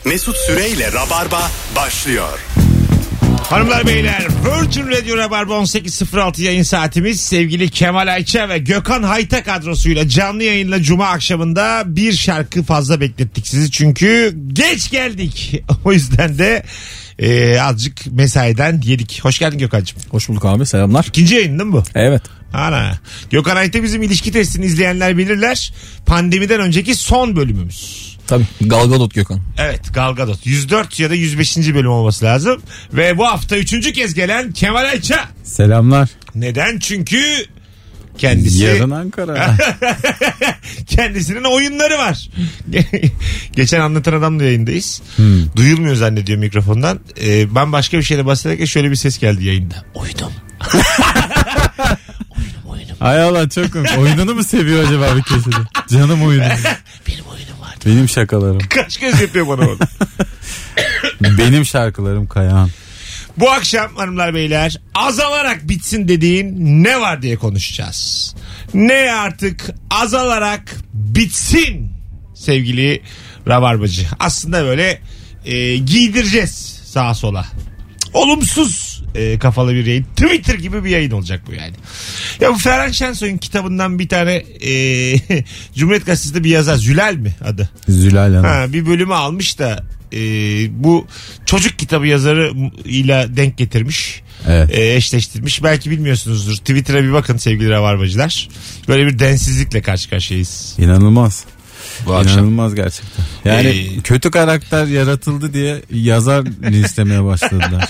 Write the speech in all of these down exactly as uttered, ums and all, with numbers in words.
Mesut Süreyle Rabarba başlıyor. Hanımlar beyler, Virgin Radio Rabarba on sekiz sıfır altı yayın saatimiz. Sevgili Kemal Ayça ve Gökhan Hayta kadrosuyla canlı yayınla Cuma akşamında bir şarkı fazla beklettik sizi. Çünkü geç geldik. O yüzden de e, azıcık mesaiden yedik. Hoş geldin Gökhan'cığım. Hoş bulduk abi, selamlar. İkinci yayın değil mi bu? Evet. Ana. Gökhan Hayta bizim ilişki testini izleyenler bilirler. Pandemiden önceki son bölümümüz. Tabii, Gal Gadot Gökhan. Evet, Gal Gadot. yüz dört ya da yüz beşinci bölüm olması lazım. Ve bu hafta üçüncü kez gelen Kemal Ayça. Selamlar. Neden? Çünkü kendisi... Yarın Ankara. Kendisinin oyunları var. Geçen Anlatan Adam'la yayındayız. Hmm. Duyulmuyor zannediyor mikrofondan. Ee, ben başka bir şeyle bahsederken şöyle bir ses geldi yayında. Uyudum. oyunum oyunum. Ay Allah, çok komik. Oyununu mu seviyor acaba bir köşede? Canım oyunu. Benim oyunum vardı. Benim şakalarım. Kaç göz yapıyor bana onu. Benim şarkılarım Kayahan. Bu akşam hanımlar beyler azalarak bitsin dediğin ne var diye konuşacağız. Ne artık azalarak bitsin sevgili Rabarbacı. Aslında böyle e, giydireceğiz sağa sola. Olumsuz e, kafalı bir yayın. Twitter gibi bir yayın olacak bu yani. Ya bu Ferhan Şensoy'un kitabından bir tane e, Cumhuriyet Gazetesi'nde bir yazar. Zülal mi adı? Zülal Hanım. Ha, bir bölümü almış da e, bu çocuk kitabı yazarı ile denk getirmiş. Evet. E, eşleştirmiş. Belki bilmiyorsunuzdur. Twitter'a bir bakın sevgili Rabarbacılar. Böyle bir densizlikle karşı karşıyayız. İnanılmaz. Bu akşam. İnanılmaz gerçekten. Yani ee... kötü karakter yaratıldı diye yazar linçlemeye başladılar.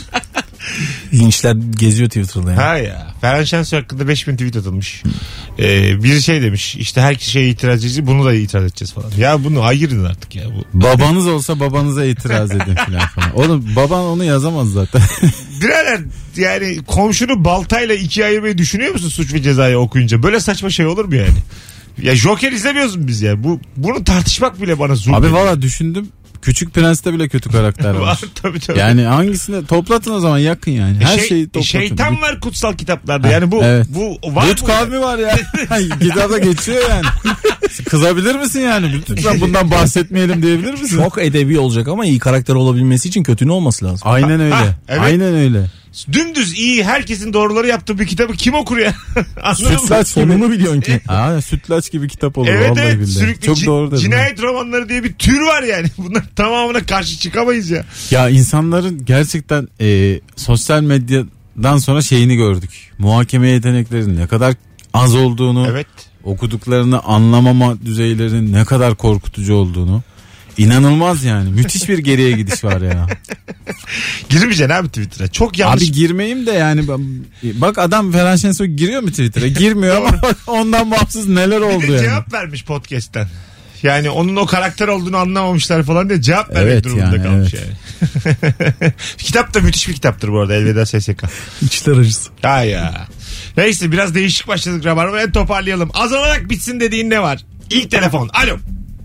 Linçler geziyor Twitter'da yani. Ha ya. Ferhan Şensoy hakkında beş bin tweet atılmış. Ee, biri şey demiş. İşte her şeye itiraz edeceğiz. Bunu da itiraz edeceğiz falan. Ya bunu ayırın artık ya. Bu. Babanız olsa babanıza itiraz edin falan falan. Oğlum baban onu yazamaz zaten. Birader yani komşunu baltayla ikiye ayırmayı düşünüyor musun Suç ve Ceza'yı okuyunca? Böyle saçma şey olur mu yani? Ya Joker izlemiyoruz mu biz ya? Bu, bunu tartışmak bile bana zor. Abi valla düşündüm. Küçük Prens'te bile kötü karakter var. Var tabii tabii. Yani hangisini toplatın o zaman, yakın yani. Her şey, şeyi toplatın. Şeytan var kutsal kitaplarda. Yani bu evet. bu var Lut kavmi var ya. Kitapta geçiyor yani. Kızabilir misin yani? Lütfen bundan bahsetmeyelim diyebilir misin? Çok edebi olacak ama iyi karakter olabilmesi için kötünün olması lazım. Aynen öyle. Ha, evet. Aynen öyle. Dümdüz iyi, herkesin doğruları yaptığı bir kitabı kim okur ya? Sütlaç sonunu biliyorsun ki. Aa, sütlaç gibi kitap olur. Evet vallahi evet. Sürekli çok c- doğru dedin. Cinayet romanları diye bir tür var yani. Bunlar tamamına karşı çıkamayız ya. Ya insanların gerçekten e, sosyal medyadan sonra şeyini gördük. Muhakeme yeteneklerinin ne kadar az olduğunu, evet. Okuduklarını anlamama düzeylerinin ne kadar korkutucu olduğunu. İnanılmaz yani. Müthiş bir geriye gidiş var ya. Girmeyeceksin abi Twitter'a. Çok yanlış. Abi girmeyeyim de yani. Bak adam Ferhan Şensoy giriyor mu Twitter'a? Girmiyor ama ondan bağımsız neler oldu bir de yani. Cevap vermiş podcast'ten. Yani onun o karakter olduğunu anlamamışlar falan diye cevap vermek evet, durumunda yani, kalmış evet. Yani. Kitap da müthiş bir kitaptır bu arada. Elveda S S K. İçler acısı. Ha ya. Neyse biraz değişik başladık Rabarba'ya, toparlayalım. Azalarak bitsin dediğin ne var? İlk telefon. Alo.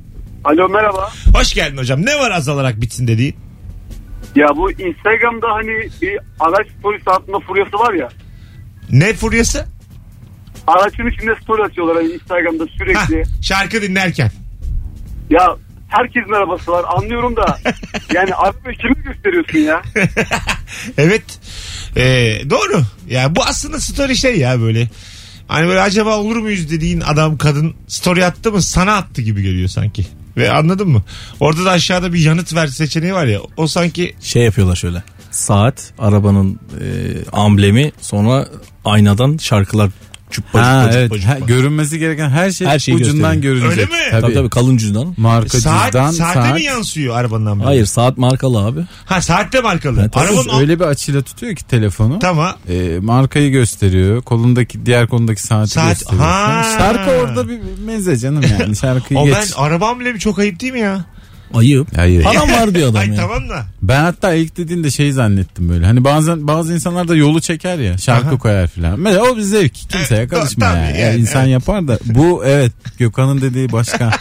Alo merhaba. Hoş geldin hocam. Ne var azalarak bitsin dediğin? Ya bu Instagram'da hani bir araç story saatinde furyası var ya. Ne furyası? Araçın içinde story atıyorlar hani Instagram'da sürekli. Hah, şarkı dinlerken. Ya herkesin arabası var anlıyorum da yani arabayı kime gösteriyorsun ya? Evet. Ee, doğru. Ya bu aslında story şey ya böyle. Hani böyle acaba olur muyuz dediğin adam kadın story attı mı sana attı gibi geliyor sanki. Ve anladın mı? Orada da aşağıda bir yanıt ver seçeneği var ya. O sanki şey yapıyorlar şöyle. Saat, arabanın e, amblemi, sonra aynadan şarkılar cüppa ha, cüppa evet. cüppa cüppa. Görünmesi gereken her şey, her şey ucundan görünecek. Öyle mi? Tabii tabii, tabii kalın cüzdan. Marka saat, cüzdan. Saate saat. mi yansıyor arabanın amblemi? Hayır, saat markalı abi. Ha, saat de markalı. Evet, arabanın öyle bir açıyla tutuyor ki telefonu. Tamam. E, markayı gösteriyor. Kolundaki diğer kolundaki saati saat, gösteriyor. Ha. Şarkı orada bir meze canım yani. Şarkıyı o geç. Ben araba amblemi çok ayıp değil mi ya? Ayıp. Ayıp. Param var diyor adam. Ay ya. tamam da. Ben hatta ilk dediğinde şey zannettim böyle. Hani bazen bazı insanlar da yolu çeker ya. Şarkı Aha. koyar filan. Mesela o bir zevk. Kimseye evet, karışma ya. Yani. Yani insan evet. yapar da. Bu evet Gökhan'ın dediği başka.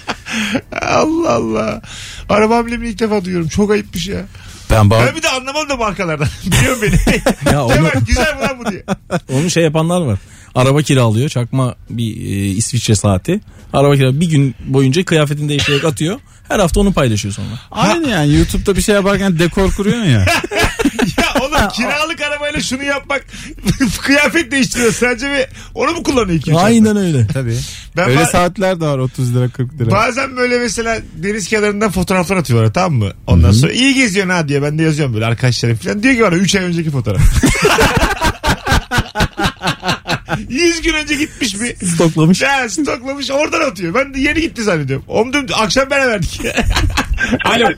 Allah Allah. Araba amblemini ilk defa duyuyorum. Çok ayıpmış ya. Ben, bağ... ben bir de anlamadım da markalardan. Biliyorum beni. Ya onu... Hemen güzel mi lan bu diye. Onu şey yapanlar var. Araba kiralıyor. Çakma bir e, İsviçre saati. Araba kiralıyor. Bir gün boyunca kıyafetini değiştirerek atıyor. Her hafta onu paylaşıyor sonra. Aynı yani YouTube'da bir şey yaparken dekor kuruyorsun ya. Ya oğlum kiralık arabayla şunu yapmak kıyafet değiştiriyor sadece ve onu mu kullanıyor iki üç Aynen öyle. Tabii. Ben Öyle ba- saatler de var otuz lira kırk lira. Bazen böyle mesela deniz kenarından fotoğraflar atıyorlar, tamam mı? Ondan Hı-hı. sonra iyi geziyorsun ha diye ben de yazıyorum böyle arkadaşlarım falan. Diyor ki bana üç ay önceki fotoğraf. yüz gün önce gitmiş mi? Stoklamış. Ya stoklamış oradan atıyor. Ben de yeni gitti zannediyorum. Omdum akşam bana verdik. Alo.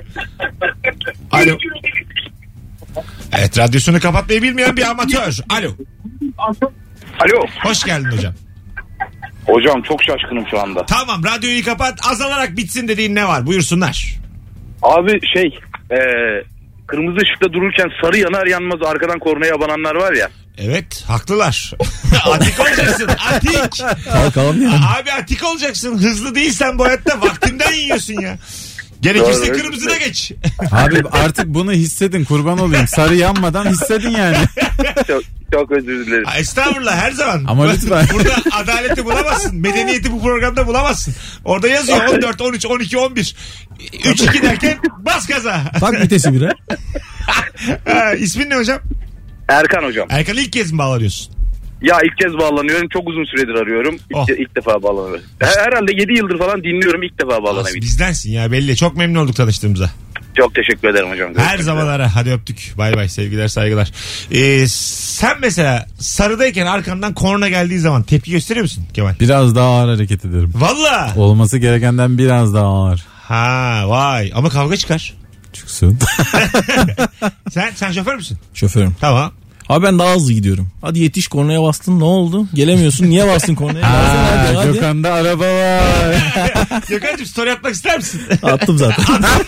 Alo. Evet, radyosunu kapatmayı bilmeyen bir amatör. Alo. Alo. Hoş geldin hocam. Hocam çok şaşkınım şu anda. Tamam, radyoyu kapat, azalarak bitsin dediğin ne var? Buyursunlar. Abi şey e, kırmızı ışıkta dururken sarı yanar yanmaz arkadan kornaya abananlar var ya. Evet, haklılar. Atik olacaksın, atik. Kalkalım yani. Abi atik olacaksın. Hızlı değilsen bu hayatta vaktinden yiyorsun ya. Gerekirse Doğru, kırmızına evet. geç. Abi artık bunu hissedin, kurban olayım. Sarı yanmadan hissedin yani. Çok, çok özür dilerim. Ha, estağfurullah, her zaman. Ama lütfen. Burada adaleti bulamazsın. Medeniyeti bu programda bulamazsın. Orada yazıyor on dört, on üç, on iki, on bir. üç iki derken bas gaza. Bak vitesi bire. Ha, ismin ne hocam? Erkan hocam. Erkan, ilk kez mi bağlanıyorsun? Ya ilk kez bağlanıyorum. Çok uzun süredir arıyorum. İlk, Oh. ilk defa bağlanıyorum. Herhalde yedi yıldır falan dinliyorum. İlk defa As, bağlanabildim. bizdensin ya, belli. Çok memnun olduk tanıştığımıza. Çok teşekkür ederim hocam. Her Görüşmek zaman üzere. ara. Hadi öptük. Bay bay. Sevgiler, saygılar. Ee, sen mesela sarıdayken arkandan korna geldiği zaman tepki gösteriyor musun Kemal? Biraz daha ağır hareket ederim. Valla. Olması gerekenden biraz daha ağır. Ha vay. Ama kavga çıkar. Çıksın. Sen sen şoför müsün? Şoförüm. Tamam. Abi ben daha hızlı gidiyorum. Hadi yetiş, kornaya bastın, ne oldu? Gelemiyorsun. Niye bastın kornaya? Gelsene hadi, Ha, hadi. Gökhan'da araba var. Gökhan'cığım story atmak ister misin? Attım zaten.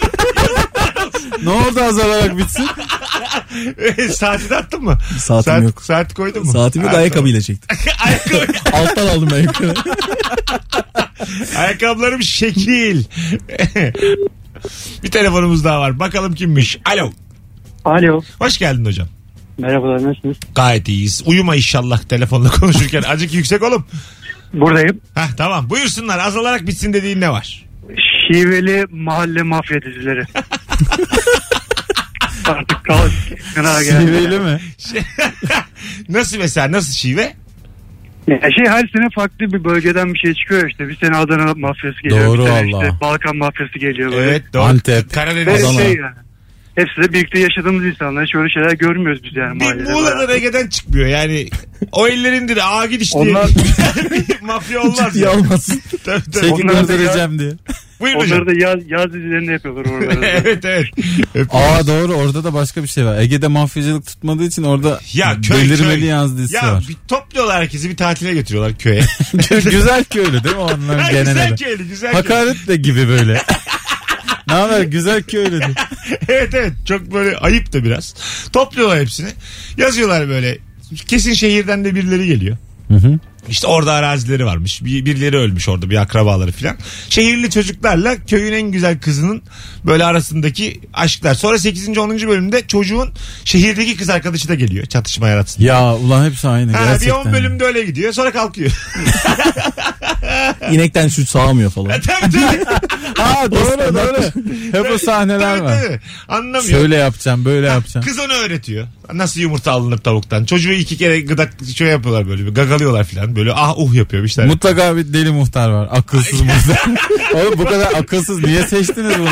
Ne oldu azalarak bitsin? Saati de attın mı? Saatim Saat, yok. Saat koydun mu? Saatim yok, Ha, ayakkabıyla çektim. Ayakkabı. Alttan aldım ayakkabı. Ayakkabılarım şekil. Bir telefonumuz daha var. Bakalım kimmiş? Alo. Alo. Hoş geldin hocam. Merhabalar, nasılsınız? Gayet iyiyiz. Uyuma inşallah telefonla konuşurken. Azıcık yüksek oğlum. Buradayım. Heh, tamam. Buyursunlar. Azalarak bitsin dediğin ne var? Şiveli mahalle mafya dizileri. Artık kal. Şiveli mi? Nasıl mesela? Nasıl şive? Ya şey, her sene farklı bir bölgeden bir şey çıkıyor işte. Bir sene Adana mafyası geliyor. Doğru bir sene valla. işte Balkan mafyası geliyor böyle. Evet doğru. Antep. Karadeniz. Ve Adana. şey yani. Hepsi de birlikte yaşadığımız insanlar. Hiç öyle şeyler görmüyoruz biz yani Bir mahallede. Muğla'dan Ege'den çıkmıyor yani. O ellerindir ağa gidiş diye. Onlar- Bir mafya olmaz. Ciddiye ya. almasın. Tabii, tabii. Çekip Onlar da öldüreceğim diye. Buyurun hocam. Onları da yaz, yaz dizilerinde yapıyorlar orada. Evet evet. Öpüyoruz. Aa doğru, orada da başka bir şey var. Ege'de mafyacılık tutmadığı için orada Ya köy belirmeli köy. yaz dizisi Ya var. bir topluyorlar herkesi, bir tatile götürüyorlar köye. Güzel köylü değil mi onların Ha, genel güzel adı? köylü, güzel köylü. Hakaret de gibi böyle. Ne haber, güzel köylü de. Evet evet, çok böyle ayıp da biraz. Topluyorlar hepsini. Yazıyorlar böyle. Kesin şehirden de birileri geliyor. Hı hı. İşte orada arazileri varmış. Bir, birileri ölmüş orada, bir akrabaları filan. Şehirli çocuklarla köyün en güzel kızının böyle arasındaki aşklar. Sonra sekizinci onuncu bölümde çocuğun şehirdeki kız arkadaşı da geliyor. Çatışma yaratsın. Ya ulan hepsi aynı Ha, bir gerçekten. on bölümde öyle gidiyor. Sonra kalkıyor. İnekten süt sağmıyor falan. tabii tabii. Ha doğru doğru. Hep o sahneler Tabii, var. tabii. Anlamıyor. Şöyle yapacağım, böyle yapacağım. Kız onu öğretiyor. Nasıl yumurta alınır tavuktan. Çocuğu iki kere gıdak şöyle yapıyorlar böyle. Bir gagalıyorlar filan. Böyle ah uh yapıyor bir şeyler. Mutlaka bir deli muhtar var. Akılsız muhtar. Oğlum bu kadar akılsız niye seçtiniz bunu?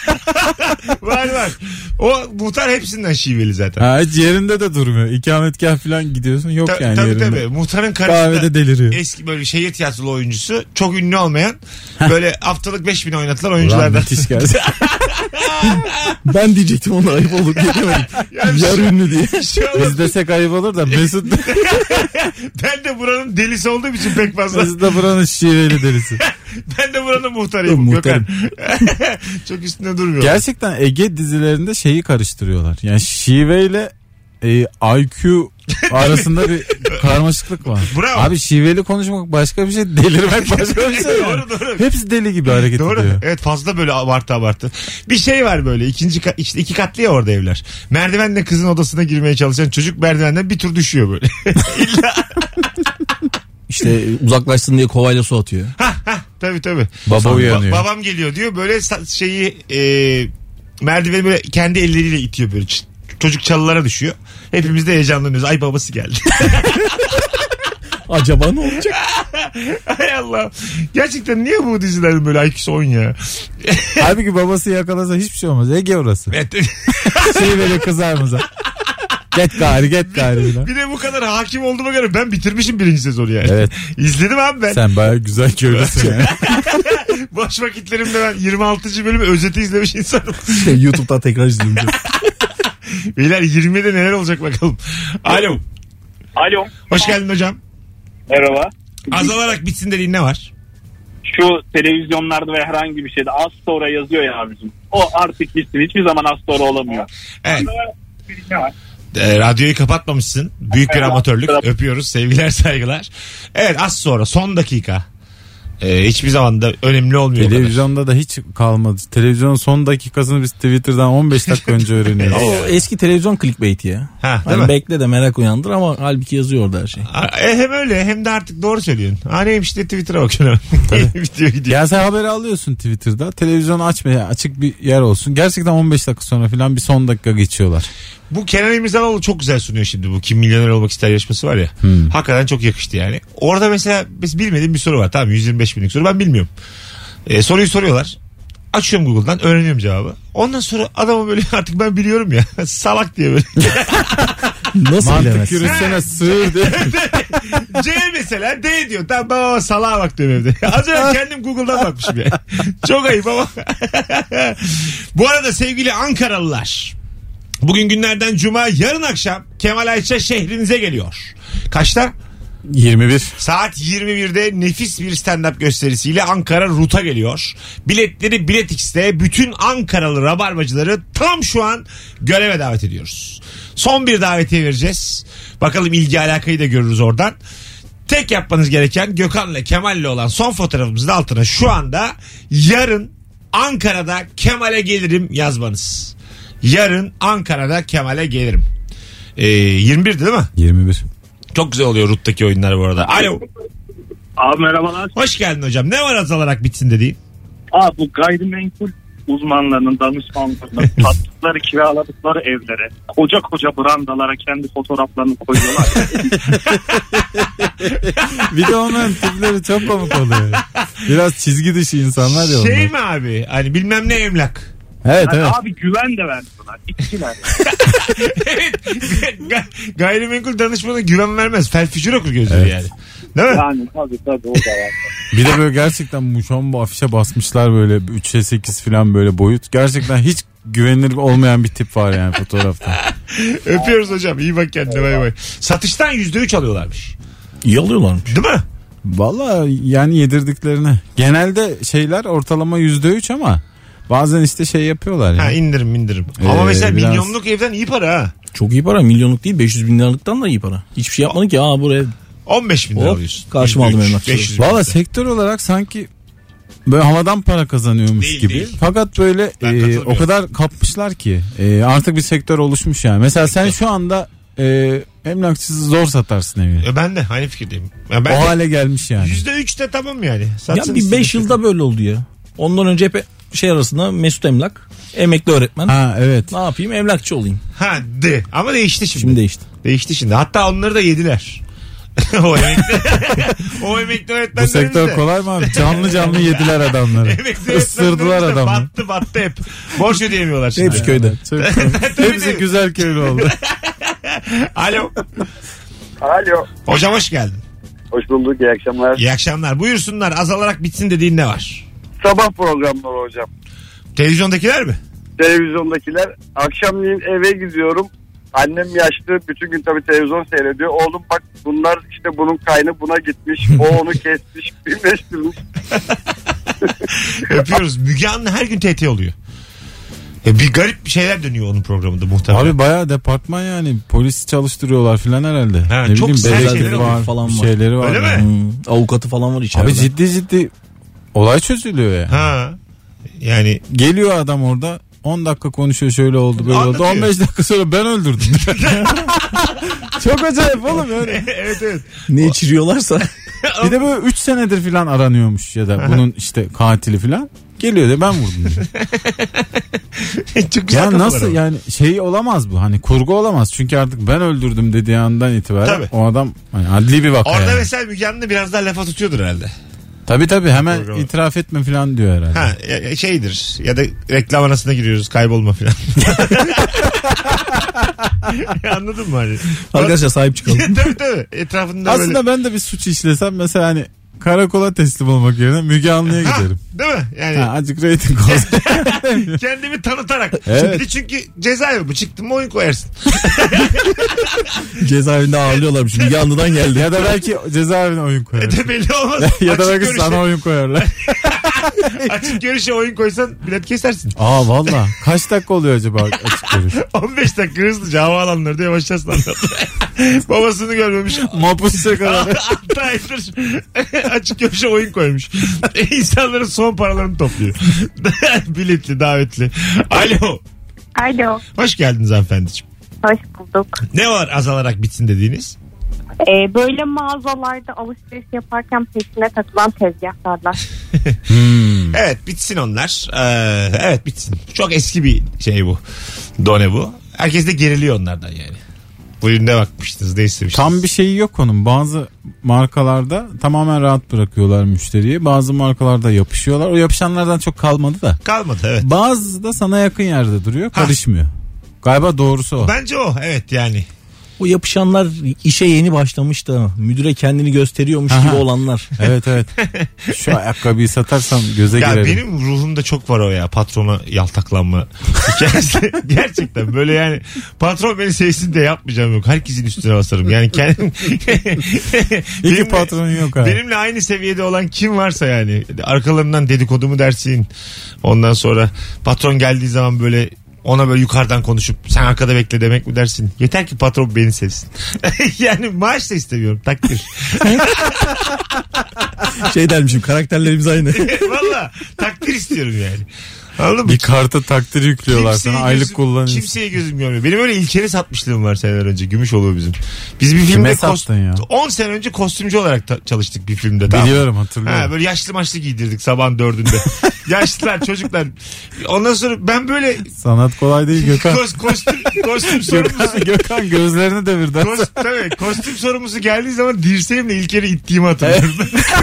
Var var. O muhtar hepsinden şiveli zaten. Ha, hiç yerinde de durmuyor. İkametgah falan gidiyorsun. Yok Ta- yani tabii yerinde. tabii. Muhtarın karısı Kahvede da deliriyor. eski böyle şehir tiyatrolu oyuncusu. Çok ünlü olmayan. Böyle haftalık beş bin oynatılan Ulan oyunculardan. müthiş geldi. Ben diyecektim, ona ayıp olur diyemedim. Yani Yar şu- ünlü diye. Şey olur. Biz desek ayıp olur da Mesut, Ben de buranın delisi olduğum için pek fazla. Mesut da buranın şiveli delisi. Ben de buranın muhtarıyım. Muhtarım. Gökhan. Çok üstünde durmuyor. Gerçekten Ege dizilerinde şeyi karıştırıyorlar. Yani şiveyle e, I Q arasında bir karmaşıklık var. Bravo. Abi şiveli konuşmak başka bir şey, delirmek başka bir şey. Yani. Doğru doğru. Hepsi deli gibi hareket Doğru. ediyor. Evet, fazla böyle abartı abartı. Bir şey var böyle. İkinci kat, işte iki katlı ya orada evler. Merdivenle kızın odasına girmeye çalışan çocuk merdivenden bir tur düşüyor böyle. İlla. İşte uzaklaşsın diye kovayla su atıyor. Tabii tabii. Baba uyanıyor. Ba- babam geliyor diyor. Böyle sa- şeyi e, merdiveni böyle kendi elleriyle itiyor böyle. Ç- Çocuk çalılara düşüyor. Hepimiz de heyecanlanıyoruz. Ay babası geldi. Acaba ne olacak? Hay Allah. Gerçekten niye bu dizilerin böyle I Q'su on ya? Halbuki babası yakalasa hiçbir şey olmaz. Ege orası. Evet. Şey böyle kızar mıza. Get gari get gari. Bir de bu kadar hakim olduğuma göre ben bitirmişim birinci sezonu yani. Evet. İzledim abi ben. Sen baya güzel köylüsün yani. Boş vakitlerimde ben yirmi altıncı bölümü özeti izlemiş insanım. Şey, YouTube'da tekrar izleyeceğim. Beyler yirmide neler olacak bakalım. Alo. Alo. Hoş geldin hocam. Merhaba. Azalarak bitsin dediğin ne var? Şu televizyonlarda ve herhangi bir şeyde az sonra yazıyor ya abicim. O artık bitsin. Hiçbir zaman az sonra olamıyor. Evet. Ne var? E, radyoyu kapatmamışsın. Büyük bir amatörlük. Öpüyoruz. Sevgiler saygılar. Evet az sonra son dakika. E, hiçbir zaman da önemli olmuyor. o kadar. Televizyonda da hiç kalmadı. Televizyonun son dakikasını biz Twitter'dan on beş dakika önce öğreniyoruz. O eski televizyon clickbait ya. Ha, değil Hani mi? bekle de merak uyandır ama halbuki yazıyor orada her şey. E, hem öyle hem de artık doğru söylüyorsun. Ha neymiş de Twitter'a bakıyorum. Bitiyor gidiyor. Ya sen haberi alıyorsun Twitter'da. Televizyon açmaya açık bir yer olsun. Gerçekten on beş dakika sonra falan bir son dakika geçiyorlar. Bu Kenan İmirzalıoğlu çok güzel sunuyor şimdi bu. Kim milyoner olmak ister yarışması var ya. Hmm. Hakikaten çok yakıştı yani. Orada mesela biz bilmediğim bir soru var. Tamam yüz yirmi beş binlik soru ben bilmiyorum. Ee, soruyu soruyorlar. Açıyorum Google'dan öğreniyorum cevabı. Ondan sonra adamı böyle artık ben biliyorum ya. Salak diye böyle. Nasıl Mantık bilemezsin? yürütsene sığır diye. C mesela D diyor. Tamam baba salağa bak diyorum evde. Az önce kendim Google'dan bakmışım ya. Çok ayıp ama. Bu arada sevgili Ankaralılar. Bugün günlerden cuma, yarın akşam Kemal Ayça şehrinize geliyor. Kaçta? yirmi bir. Saat yirmi birde nefis bir stand-up gösterisiyle Ankara Rut'a geliyor. Biletleri Bilet X'te bütün Ankaralı rabarbacıları tam şu an göreve davet ediyoruz. Son bir davetiye vereceğiz. Bakalım ilgi alakayı da görürüz oradan. Tek yapmanız gereken Gökhan'la Kemal'le olan son fotoğrafımızın altına şu anda yarın Ankara'da Kemal'e gelirim yazmanız. Yarın Ankara'da Kemal'e gelirim. Ee, yirmi bir değil mi? yirmi bir. Çok güzel oluyor Rut'taki oyunlar bu arada. Alo. Abi merhabalar. Hoş geldin hocam. Ne var azalarak bitsin dediğin? Abi bu gayrimenkul uzmanlarının, danışmanlarının sattıkları, kiraladıkları evlere koca koca brandalara kendi fotoğraflarını koyuyorlar. Bir de onların tipleri çok komik oluyor. Biraz çizgi dışı insanlar ya onlar. Şey mi abi? Hani bilmem ne emlak. Evet Yani evet. abi güven de vermiyorlar. İkisiler. Evet. Ga- gayrimenkul danışmanı güven vermez. Felfücür okur gözünü Evet. yani. Değil mi? Yani tabii tabii o da var. Bir de böyle gerçekten muşon bu afişe basmışlar böyle üçe sekiz falan böyle boyut. Gerçekten hiç güvenilir olmayan bir tip var yani fotoğrafta. Öpüyoruz hocam. İyi bak kendine. Bay bay. Satıştan yüzde üç alıyorlarmış. İyi alıyorlarmış. Değil mi? Valla yani yedirdiklerine. Genelde şeyler ortalama yüzde üç ama bazen işte şey yapıyorlar Ha yani. indirim indirim. Ee, Ama mesela biraz- milyonluk evden iyi para ha. Çok iyi para. Milyonluk değil, beş yüz bin liralıktan da iyi para. Hiçbir şey yapmadın ki. Aa buraya on beş bin lira Hop, alıyorsun. karşıma yüzde üç, aldım emlakçıyı. beş yüz bin Valla lira. sektör olarak sanki böyle havadan para kazanıyormuş Değil, gibi. değil. Fakat böyle Ben e, katılmıyorum. o kadar kapmışlar ki e, artık bir sektör oluşmuş yani. Mesela sen şu anda e, emlakçısı zor satarsın evi. E ben de aynı fikirdeyim. Ya O ben hale gelmiş yani. yüzde üç de tamam yani. ya Satsın bir beş istedim. yılda böyle oldu ya. Ondan önce hep şey arasında Mesut Emlak, emekli öğretmen. Ha evet. Ne yapayım? Emlakçı olayım. Ha de. Ama değişti şimdi. Şimdi değişti. Değişti şimdi. Hatta onları da yediler. o emekli, o emekli Bu öğretmenlerimiz sektör de. kolay mı abi? Canlı canlı yediler adamları. Emekli Isırdılar öğretmenlerimiz de adamı. battı battı hep. Borç ödeyemiyorlar şimdi. Hepsi köyde. Çok Hepsi güzel köylü oldu. Alo. Alo. Hocam hoş geldin. Hoş bulduk. İyi akşamlar. İyi akşamlar. Buyursunlar. Azalarak bitsin dediğin ne var? Sabah programları hocam. Televizyondakiler mi? Televizyondakiler. Akşamleyin eve gidiyorum. Annem yaşlı. Bütün gün tabii televizyon seyrediyor. Oğlum bak bunlar işte bunun kaynı buna gitmiş. O onu kesmiş. Birleştirmiş. Öpüyoruz. Müge Anlı her gün T T oluyor. Ya bir garip bir şeyler dönüyor onun programında muhtemelen. Abi bayağı departman yani. Polis çalıştırıyorlar filan herhalde. Ha, ne çok bileyim sert belediye şeyler oluyor var, falan bir var. şeyleri var. Öyle yani. mi? Hmm, avukatı falan var içeride. Abi ciddi ciddi olay çözülüyor ya. Ha. Yani Geliyor adam orada on dakika konuşuyor şöyle oldu böyle Anlatıyor. oldu. on beş dakika sonra ben öldürdüm. Çok acayip oğlum yani. evet evet. Ne içiriyorlarsa. Bir de böyle üç senedir filan aranıyormuş ya da bunun işte katili filan. Geliyor da ben vurdum diyor. Çok güzel Ya kafalar nasıl ama. yani şey olamaz bu, hani kurgu olamaz. Çünkü artık ben öldürdüm dediği andan itibaren Tabii. o adam hani adli bir vaka Orada yani. mesela Müge Anlı biraz daha lafa tutuyordur herhalde. Tabii tabii hemen Kurgu. itiraf etme filan diyor herhalde. Ha ya- şeydir ya da reklam arasına giriyoruz kaybolma falan. Anladın mı hani? Arkadaşlar sahip çıkalım. tabii tabii. Etrafında Aslında böyle. ben de bir suç işlesem mesela hani karakola teslim olmak yerine Müge Anlı'ya Ha, giderim. değil mi? Yani Ha, azıcık reyting olsun. kendimi tanıtarak. Evet. Bir de çünkü cezaevi bu. Çıktın mı oyun koyarsın. Cezaevinde ağırlıyorlarmış. Müge Anlı'dan geldi. Ya da belki cezaevine oyun E koyar. de belli olmaz. Ya da Açık belki görüşe- sana oyun koyarlar. Açık görüşe oyun koysan bilet kesersin. Aa valla. Kaç dakika oluyor acaba açık görüş? on beş dakika hızlıca havaalanlarında yavaşlarsın anlatmaya. Babasını görmemiş. Mapusça kadar. altı aydır açık görüşe oyun koymuş. İnsanların son paralarını topluyor. Biletli, davetli. Alo. Alo, Hoş geldiniz hanımefendiciğim. hoş bulduk. Ne var azalarak bitsin dediğiniz? Ee, böyle mağazalarda alışveriş yaparken peşine takılan tezgahlarlar. Hmm. Evet bitsin onlar. Ee, evet bitsin. Çok eski bir şey bu. Done bu. Herkes de geriliyor onlardan yani. Bu ürüne bakmıştınız ne istemiştiniz? Tam bir şeyi yok onun. Bazı markalarda tamamen rahat bırakıyorlar müşteriyi. Bazı markalarda yapışıyorlar. O yapışanlardan çok kalmadı da. Kalmadı evet. Bazı da sana yakın yerde duruyor. Karışmıyor. Galiba doğrusu o. Bence o evet yani. O yapışanlar işe yeni başlamış da müdüre kendini gösteriyormuş Aha. gibi olanlar. Evet evet. Şu ayakkabıyı satarsam göze Ya girerim. benim ruhumda çok var o ya patrona yaltaklanma hikayesi. Gerçekten böyle yani patron beni sevsin de yapmayacağım yok. Herkesin üstüne basarım. Yani kendim İyi ki benimle- patronun yok abi. Benimle aynı seviyede olan kim varsa yani arkalarından dedikodumu dersin. Ondan sonra patron geldiği zaman böyle ona böyle yukarıdan konuşup sen arkada bekle demek mi dersin? Yeter ki patron beni sevsin. Yani maaş da istemiyorum takdir. Şey dermişim, karakterlerimiz aynı. Valla takdir istiyorum yani. Anladın mı? Bir karta takdir yüklüyorlar Kimseye sana. Aylık gözüm- kullanıyorsun. Kimseye gözüm görmüyor. Benim öyle İlker'e satmışlığım var seneler önce. Gümüşoğlu bizim. Biz bir filmde Kime kos- sattın ya? on sene önce kostümcü olarak ta- çalıştık bir filmde. Tamam. Biliyorum, hatırlıyorum. Ha, böyle yaşlı maçlı giydirdik sabahın dördünde. Yaşlılar çocuklar. Ondan sonra ben böyle Sanat kolay değil Gökhan. kos- kostüm, kostüm sorumlusu. Gökhan, Gökhan gözlerini devirdi. Kos- tabii, kostüm sorumlusu geldiği zaman dirseğimle İlker'i ittiğimi hatırlıyorum.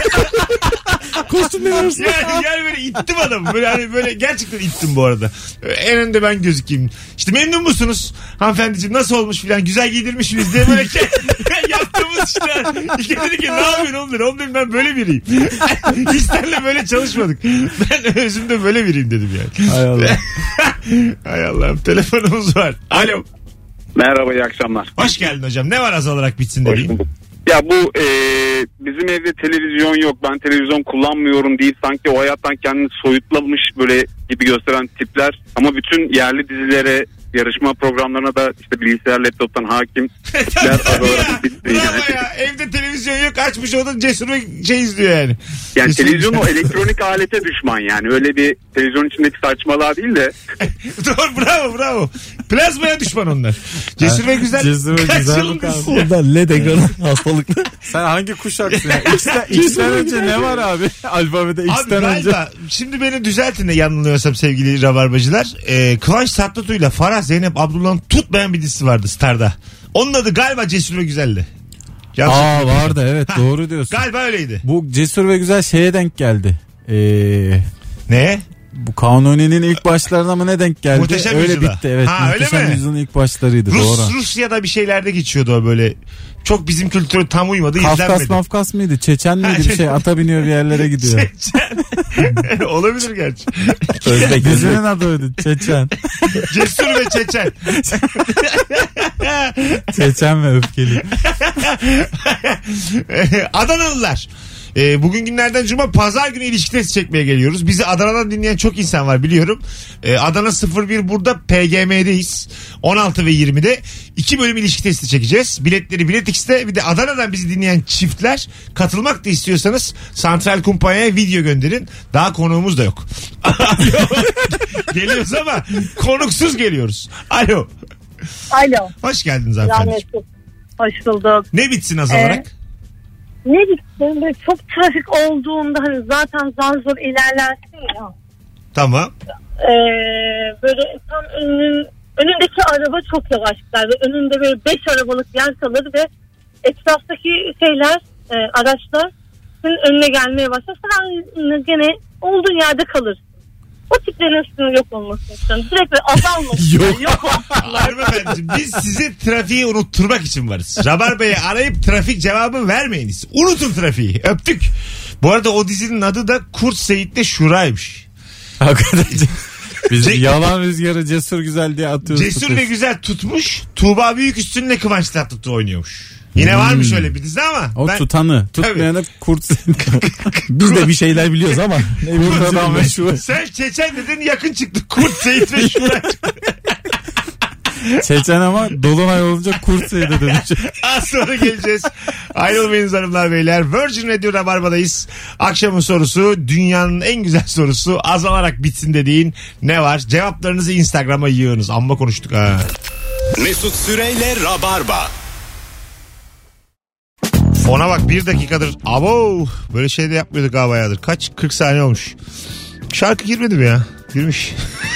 Kostüm ne versin? Yani, yani böyle ittim adamı. Böyle hani böyle gerçekten ittim bu arada. En önde ben gözükeyim. İşte memnun musunuz? Hanımefendiciğim nasıl olmuş filan güzel giydirmiş miyiz diye böyle yaptığımız işte. İlker dedi ki ne yapıyorsun oğlum dedi. Oğlum dedim ben böyle biriyim. Biz seninle böyle çalışmadık. Ben özümde böyle biriyim dedim yani. Hay Allah. Hay Allah'ım telefonumuz var. Alo. Merhaba, iyi akşamlar. Hoş geldin hocam. Ne var azalarak bitsin Hoş dediğin? bulduk. Ya bu e, bizim evde televizyon yok, ben televizyon kullanmıyorum deyip sanki o hayattan kendini soyutlamış böyle gibi gösteren tipler, ama bütün yerli dizilere, yarışma programlarına da işte bilgisayar, laptoptan hakim tipler azalarak bitti. Bravo Yani, ya. Evde televizyon yok açmış o da Cesur ve şey izliyor yani. yani Cesur- televizyon o elektronik alete düşman, yani öyle bir televizyon içindeki saçmalığa değil de. Doğru bravo bravo. Plazmaya düşman onlar. Cesur ve güzel. Cesur ve Kaç güzel yılın bu kaldı. dizisi? Oradan L E D ekranı hastalıklı. Sen hangi kuşaksın ya? X'ten, X'ten önce ne var abi? Alfabede Abi X'ten önce. galiba şimdi beni düzeltin de yanılıyorsam sevgili rabarbacılar. Ee, Kıvanç Tatlıtuğ'yla Farah Zeynep Abdullah'ın tutmayan bir dizisi vardı Star'da. Onun adı galiba Cesur ve Güzel'di. Yanlış Aa hatırlamıyorsam. vardı evet, doğru diyorsun. Galiba öyleydi. Bu Cesur ve Güzel şeye denk geldi. Ee, Ne? bu Kanuni'nin ilk başlarına mı ne denk geldi? Muhteşem öyle Yüzyıl'a. bitti evet. Ha, öyle Muhteşem mi? Yüzyıl'ın ilk başlarıydı, Rus, doğru. Rusya'da bir şeylerde geçiyordu o böyle. Çok bizim kültüre tam uymadı. Kafkas izlenmedi. mafkas mıydı? Çeçen miydi bir şey? Ata biniyor bir yerlere gidiyor. Çeçen. Olabilir gerçi. Özbek. Dizinin adı oydu. Çeçen. Cesur ve Çeçen. Çeçen ve öfkeli. Adanalılar. Ee, bugün günlerden cuma pazar günü ilişki testi çekmeye geliyoruz. Bizi Adana'dan dinleyen çok insan var biliyorum. Ee, Adana sıfır bir burada P G M'deyiz. on altı ve yirmide iki bölüm ilişki testi çekeceğiz. Biletleri Bilet X'te, bir de Adana'dan bizi dinleyen çiftler katılmak da istiyorsanız Santral Kumpanya'ya video gönderin. Daha konuğumuz da yok. Geliyoruz ama konuksuz geliyoruz. Alo. Alo. Hoş geldiniz hanımefendi. Hoş bulduk. Ne bitsin azalarak? ne bileyim böyle çok trafik olduğunda hani zaten zar zor ilerlersin ya. Tamam. Ee, böyle tam önün, önündeki araba çok yavaş gider ve önünde böyle beş arabalık yer kalır ve etraftaki şeyler, e, araçlar senin önüne gelmeye başlar. Sen gene olduğun yerde kalırsın. O tiplerin üstünün yok olmasını istiyorum. Direkt böyle azalmasın. yok. yok olsunlar. Hanımefendiciğim biz sizi trafiği unutturmak için varız. Rabarba'yı arayıp trafik cevabı vermeyiniz. Unutun trafiği. Öptük. Bu arada o dizinin adı da Kurt Seyit'le Şura'ymış. Hakikaten. Biz yalan rüzgarı cesur güzel diye atıyoruz. Cesur tutuyoruz. ve güzel tutmuş. Tuğba Büyüküstün'le Kıvanç Tatlıtuğ oynuyormuş. Yine hmm. varmış öyle bir dizi ama. O ben... tutanı. Tutmayanı kurt. Biz de bir şeyler biliyoruz ama. Kurt adam ve Şura. Sen Çeçen dedin yakın çıktı. Kurt Seyit ve Şura çıktı. Çeçen ama dolunay olunca kurt Seyit'e dönecek. Az sonra geleceğiz. Ayrılmayınız hanımlar beyler. Virgin Radio Rabarba'dayız. Akşamın sorusu dünyanın en güzel sorusu azalarak bitsin dediğin ne var? Cevaplarınızı Instagram'a yığınız. Amma konuştuk ha. Mesut Süreyle Rabarba. Ona bak bir dakikadır. Abo böyle şey de yapmıyorduk ha bayağıdır. Kaç? kırk saniye olmuş. Şarkı girmedi mi ya? Girmiş.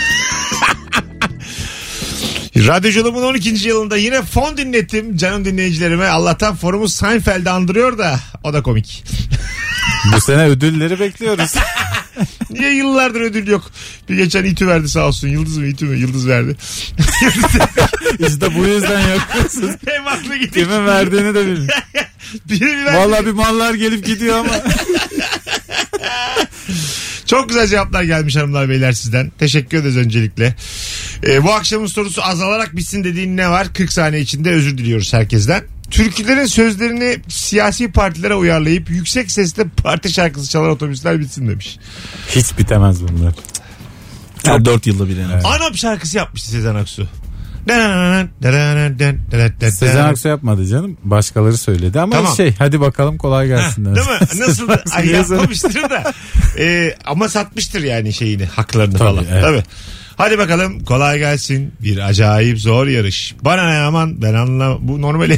Radyoculuğumun on ikinci yılında yine fon dinlettim canım dinleyicilerime. Allah'tan forumu Seinfeld'i andırıyor da o da komik. Bu sene ödülleri bekliyoruz. Niye yıllardır ödül yok? Bir geçen İTÜ verdi sağ olsun. Yıldız mı İTÜ mü? Yıldız verdi. İşte bu yüzden yapıyorsunuz. Hem aklı gidiyor. Kimin verdiğini de bilmiyorum. Bir Vallahi bir mallar gelip gidiyor ama. Çok güzel cevaplar gelmiş hanımlar beyler sizden. Teşekkür ederiz öncelikle. Ee, bu akşamın sorusu azalarak bitsin dediğin ne var? kırk saniye içinde özür diliyoruz herkesten. Türkülerin sözlerini siyasi partilere uyarlayıp yüksek sesle parti şarkısı çalan otobüsler bitsin demiş. Hiç bitemez bunlar. Her dört yılda bir yani. Evet. Anap şarkısı yapmıştı Sezen Aksu. Sezen Aksu yapmadı canım. Başkaları söyledi ama tamam. Şey hadi bakalım kolay gelsin. Heh, değil mi? Nasıl da ay, yapmamıştır da ee, ama satmıştır yani şeyini haklarını tabii, falan. Evet. Tabii. Hadi bakalım kolay gelsin. Bir acayip zor yarış. Bana ne aman ben anlam. Bu normali.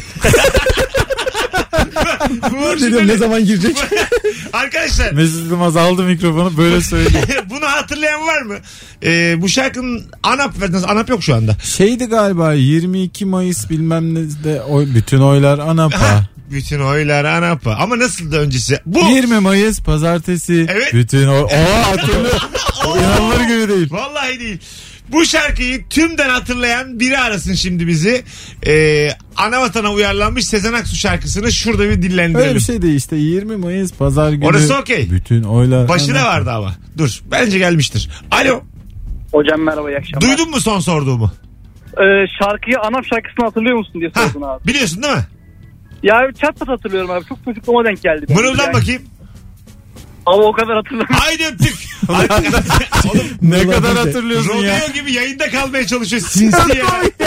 Bu dedim ne zaman girecek? Arkadaşlar. Mesut Yılmaz aldı mikrofonu böyle söylüyor. Bunu hatırlayan var mı? Ee, bu şarkının ANAP, ANAP yok şu anda. Şeydi galiba yirmi iki Mayıs bilmem ne de oy, bütün oylar ANAP'a. Bütün oylar ANAP'a. Ama nasıl da öncesi? Bu. yirmi Mayıs pazartesi. Evet. Bütün oy. Oha hatırlıyorum. İnanılır gibi değil. Vallahi değil. Bu şarkıyı tümden hatırlayan biri arasın şimdi bizi. Ee, Anavatana uyarlanmış Sezen Aksu şarkısını şurada bir dillendirelim. Öyle bir şey değil işte yirmi Mayıs pazar günü. Orası okey. Bütün oylar. Başına ANAP'a vardı ama. Dur bence gelmiştir. Alo. Hocam merhaba iyi akşamlar. Duydun mu son sorduğumu? Ee, şarkıyı ANAP şarkısını hatırlıyor musun diye sordun ha, abi. Biliyorsun değil mi? Ya çat pat hatırlıyorum abi. Çok çocukluğuma denk geldi. Mırıldan yani. Bakayım. Ama o kadar hatırlamıyorum. Haydi öptük. Oğlum, ne kadar hatırlıyorsun Rodeo ya. Rodeo gibi yayında kalmaya çalışıyor. Sinsiye.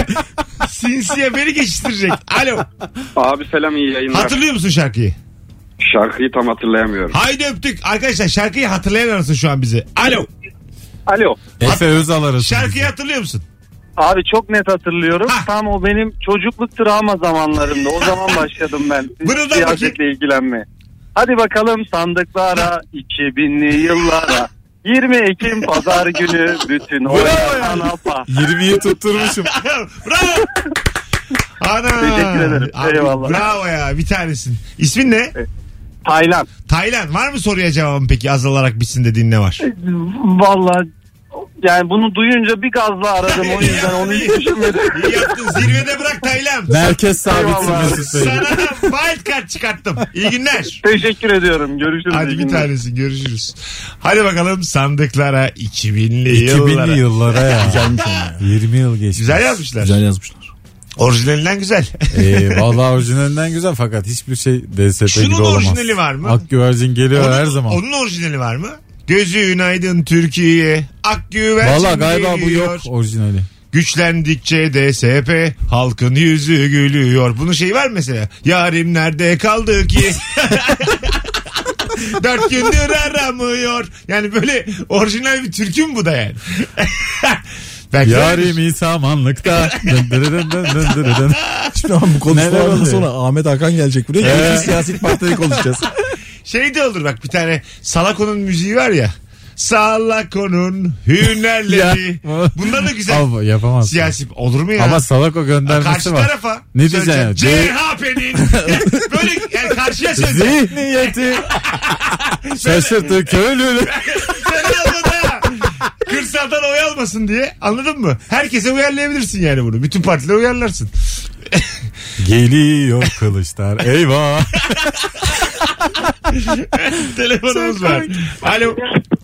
Sinsiye beni geçiştirecek. Alo. Abi selam iyi yayınlar. Hatırlıyor musun şarkıyı? Şarkıyı tam hatırlayamıyorum. Haydi öptük. Arkadaşlar şarkıyı hatırlayan arasın şu an bizi. Alo. Alo. Efe Özal arasın. Şarkıyı bizi. hatırlıyor musun? Abi çok net hatırlıyorum. Ha. Tam o benim çocukluk travma zamanlarımda. O zaman başladım ben siyasetle ilgilenmeye. Hadi bakalım sandıklara, iki binli yıllara. yirmi Ekim pazar günü bütün oylar ANAP'a. yirmiyi tutturmuşum. Bravo. Ana. Teşekkür ederim. Abi, eyvallah. Bravo ya bir tanesin. İsmin ne? Taylan. Taylan. Var mı soruya cevabın peki azalarak bitsin dediğin ne var? Vallahi yani bunu duyunca bir gazla aradım o yüzden onu hiç düşünmedim. İyi yaptın zirvede bırak Taylan. Merkez sabitsin Mesut Bey. Sana wild card çıkarttım. İyi günler. Teşekkür ediyorum. Görüşürüz. Hadi bir tanesin görüşürüz. Hadi bakalım sandıklara iki binli yıllara. iki binli yıllara ya. Güzelmiş yani. yirmi yıl geçti. Güzel yazmışlar. Güzel yazmışlar. Orijinalinden güzel. Ee, vallahi orijinalinden güzel fakat hiçbir şey D S P Şunun gibi olamaz. Şunun orijinali var mı? Ak güvercin geliyor onun, her zaman. Onun orijinali var mı? Gözün aydın Türkiye. Ak güvercin vallahi galiba geliyor. bu yok orijinali. Güçlendikçe D S P halkın yüzü gülüyor. Bunun şeyi var mesela. Yarim nerede kaldı ki? Dört gündür aramıyor. Yani böyle orijinal bir türkü mü bu da yani? Yarim samanlıkta. Şimdi ama bu konuşmalardan sonra Ahmet Hakan gelecek buraya. Ee. Ee. Siyasi partileri konuşacağız. Şey de olur bak, bir tane Salako'nun müziği var ya. Salako'nun hünerleri. Bunlar da güzel. Ama yapamazsın. Siyasi olur mu ya? Ama Salako göndermesi Karşı var. tarafa. Ne diyeceksin? C H P'nin böyle yani karşıya söyleyeceksin. Zihniyeti şaşırttı köylülü. Sen anladın ha. Kırsaldan oy almasın diye, anladın mı? Herkese uyarlayabilirsin yani bunu. Bütün partilere uyarlarsın. Geliyor kılıçlar. Eyvah. Telefonumuz var. Alo.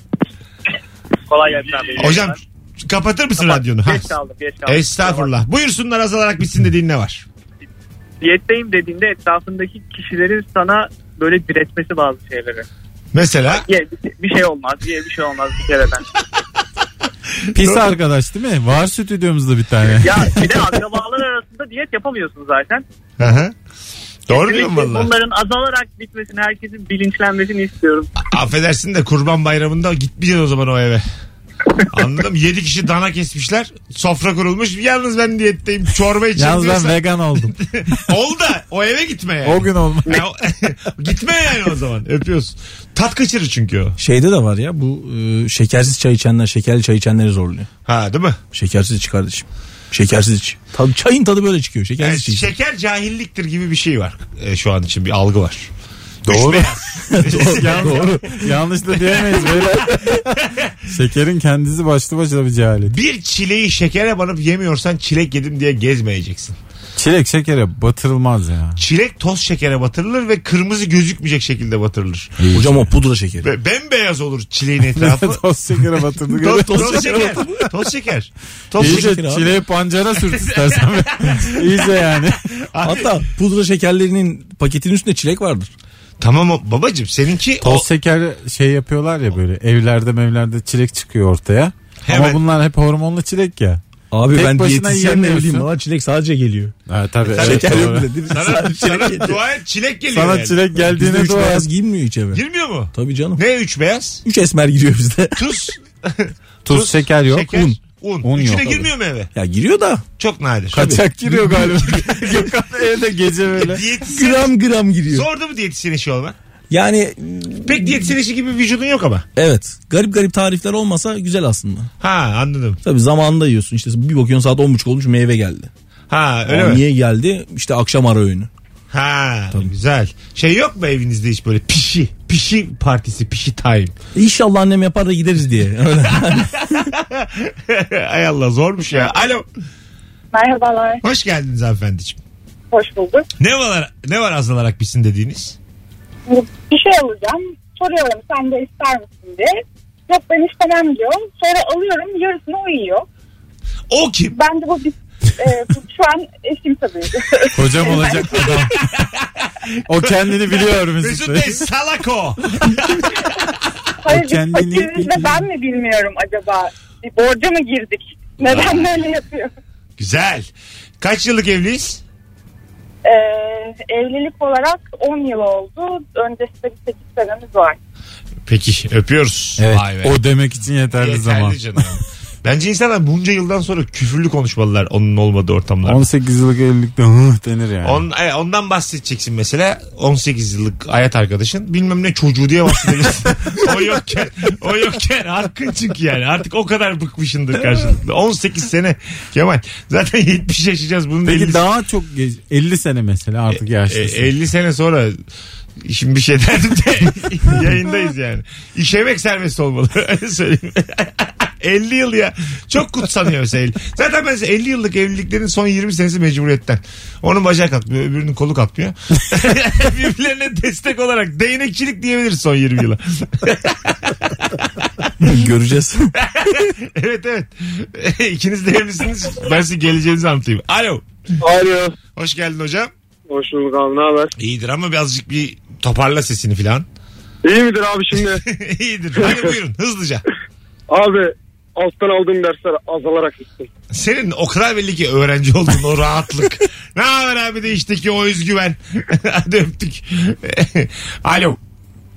Kolay gelsin abi. Hocam kapatır mısın radyonu? Geç kaldım, geç kaldım. Estağfurullah. Buyursunlar, azalarak bitsin dediğin ne var? Diyetteyim dediğinde etrafındaki kişilerin sana böyle diretmesi bazı şeyleri. Mesela? Ye, bir şey olmaz, ye bir şey olmaz bir kereden. Pis arkadaş değil mi? Var stüdyomuzda bir tane. Ya bir de akrabalar arasında diyet yapamıyorsun zaten. Hı hı. Doğru diyorsun valla. Bunların azalarak bitmesini, herkesin bilinçlenmesini istiyorum. Affedersin de Kurban Bayramı'nda gitmeyeceksin o zaman o eve. Anladım. Yedi kişi dana kesmişler. Sofra kurulmuş. Yalnız ben diyetteyim. Çorba içeceğim. Yalnız diyorsan... ben vegan oldum. Ol da o eve gitme yani. O gün olmaz. Gitme yani o zaman. Öpüyorsun. Tat kaçırır çünkü o. Şeyde de var ya, bu e, şekersiz çay içenler şekerli çay içenleri zorluyor. Ha değil mi? Şekersiz iç kardeşim. Şekersiz iç. Tabii çayın tadı böyle çıkıyor. Şekersiz Yani iç. şeker cahilliktir gibi bir şey var. E, şu an için bir algı var. Doğru. doğru. doğru. Yanlış da diyemeyiz böyle. Şekerin kendisi başlı başına bir cehalet. Bir çileği şekere banıp yemiyorsan çilek yedim diye gezmeyeceksin. Çilek şekere batırılmaz ya. Çilek toz şekere batırılır ve kırmızı gözükmeyecek şekilde batırılır. Hocam o pudra şekeri. Ve bembeyaz olur çileğin etrafı. Toz şekere batırdı. toz, toz, toz şeker. Toz şeker. Toz İyice şeker. çileği pancara sürt istersen. İyice yani. Hatta pudra şekerlerinin paketinin üstünde çilek vardır. Tamam o babacığım, seninki toz o... şeker şey yapıyorlar ya böyle evlerde mevlerde çilek çıkıyor ortaya. Hemen. Ama bunlar hep hormonlu çilek ya. Abi tek ben diyetisyen ne bileyim, bana çilek sadece geliyor. Ha tabii. Evet, şeker yok bile. Sana, sana dua et çilek geliyor. Sana yani. çilek geldiğine üç dua et. beyaz girmiyor hiç eve. Girmiyor mu? Tabii canım. Ne üç beyaz? Üç esmer giriyor bizde. Tuz. Tuz, Tuz şeker yok. Şeker, un. Un. Un Üçü yok. de girmiyor mu eve? Ya giriyor da. Çok nadir. Kaçak giriyor galiba. Gökhan evde gece böyle. Gram gram giriyor. Sordu mu diyetisyen işi olma? Yani pek diyetisyen işi gibi vücudun yok ama. Evet. Garip garip tarifler olmasa güzel aslında. Ha anladım. Tabii zamanında yiyorsun. İşte bir bakıyorsun saat on buçuk olmuş, meyve geldi. Ha öyle Aa, mi? niye geldi? İşte akşam ara öğünü. Ha tabii. Güzel. Şey yok mu evinizde hiç böyle pişi? Pişi partisi, pişi time. İnşallah annem yapar da gideriz diye. Ay Allah, zormuş ya. Alo. Merhabalar. Hoş geldiniz hanımefendiciğim. Hoş bulduk. Ne var ne var azalarak bitsin dediğiniz? Bir şey alacağım. Soruyorum sen de ister misin diye. Yok ben istemem diyor. Sonra alıyorum, yarısını o yiyor. O kim? Ben de bu bir e, bu şu an eşim tabii. Kocam olacak adam. O kendini biliyor Mesut Mesut Bey. Bey salako. Hayır, kendini fakiriz ve ben mi bilmiyorum acaba? Bir borca mı girdik? Neden böyle yapıyor? Güzel. Kaç yıllık evliyiz? Ee, evlilik olarak on yıl oldu. Öncesinde bir sekiz senemiz var. Peki öpüyoruz. Evet, Vay be. o demek için yeterli, Yeterli zaman. Canım. Bence insanlar bunca yıldan sonra küfürlü konuşmalılar onun olmadığı ortamlarda. on sekiz yıllık evlilikte hıh denir yani. On, e, ondan bahsedeceksin mesela. on sekiz yıllık hayat arkadaşın bilmem ne çocuğu diye bahsedebilirsin. o yokken o yokken hakkın çünkü yani. Artık o kadar bıkmışındır karşılıklı. on sekiz sene Kemal. Zaten yetmiş yaşayacağız. Bunun Peki elli daha çok geç, elli sene mesela artık yaşlısın. E, elli sene sonra şimdi bir şey derdim de yayındayız yani. İş emek serbest olmalı. Öyle söyleyeyim. elli yıl ya. Çok kutsanıyor mesela. Zaten ben elli yıllık evliliklerin son yirmi senesi mecburiyetten. Onun bacağı kalkmıyor, öbürünün kolu kalkmıyor. Birbirlerine destek olarak değnekçilik diyebiliriz son yirmi yıla. Göreceğiz. Evet evet. İkiniz de evlisiniz. Ben size geleceğinizi anlatayım. Alo. Alo. Hoş geldin hocam. Hoş bulduk abi, ne haber? İyidir ama birazcık bir toparla sesini filan. İyi midir abi şimdi? İyidir. Hadi buyurun hızlıca. Abi alttan aldığım dersler azalarak gittim. Senin o kadar belli ki öğrenci olduğun o rahatlık. Ne haber abi de işteki o özgüven. Hadi öptük. Alo.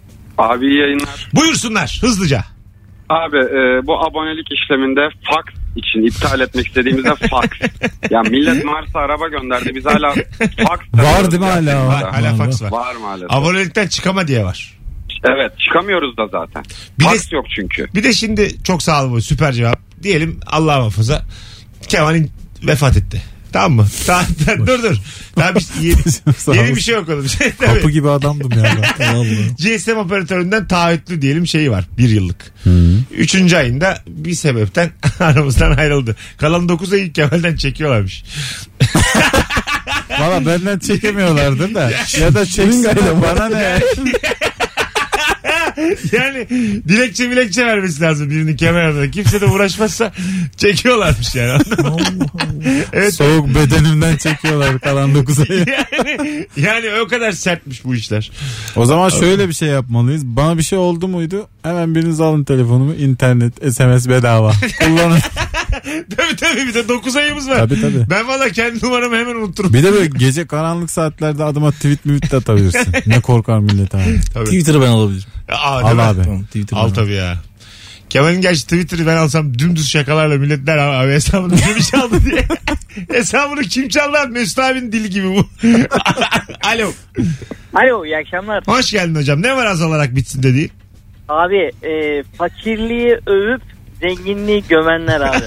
Abi iyi yayınlar. Buyursunlar hızlıca. Abi e, bu abonelik işleminde fax için iptal etmek istediğimizde fax. Ya millet Mars'a araba gönderdi. Biz hala fax var değil mi hala? Var, hala var, fax var. Var maalesef. Abonelikten çıkama diye var. Evet, çıkamıyoruz da zaten. Bir fax de, yok çünkü. Bir de şimdi çok sağ olun, süper cevap. Diyelim Allah muhafaza Kemal'in vefat etti. Tamam mı? Daha, daha, dur dur. Daha bir, yeni, yeni bir şey okudum. Kapı gibi adamdım ya. G S M operatöründen taahhütlü diyelim şeyi var. Bir yıllık. Hmm. Üçüncü ayında bir sebepten aramızdan ayrıldı. Kalan dokuz ayı Kemal'den çekiyorlarmış. Valla benden çekemiyorlardı da. Ya da çeksinler bana ne? Yani dilekçe dilekçe vermesi lazım birinin kemerinde. Kimse de uğraşmazsa çekiyorlarmış yani. Evet. Soğuk bedenimden çekiyorlar kalan dokuz ayı. Yani, yani o kadar sertmiş bu işler. O zaman şöyle bir şey yapmalıyız. Bana bir şey oldu muydu? Hemen biriniz alın telefonumu. İnternet, S M S bedava. Kullanın. Tabii tabii, bir de dokuz ayımız var. Tabii tabii. Ben valla kendi numaramı hemen unuturum. Bir de böyle gece karanlık saatlerde adıma tweet müvit de atabilirsin. Ne korkar millet abi. Tabii. Twitter'ı ben alabilirim. Aa, al abi. Tamam, al tabii ya. Kemal'in gerçi Twitter'ı ben alsam dümdüz şakalarla milletler abi hesabını kim çaldı diye. Hesabını kim çaldı abi? Mesut abinin dili gibi bu. Alo. Alo, iyi akşamlar. Hoş geldin hocam. Ne var az olarak bitsin dediğin? Abi e, fakirliği övüp zenginliği gömenler abi.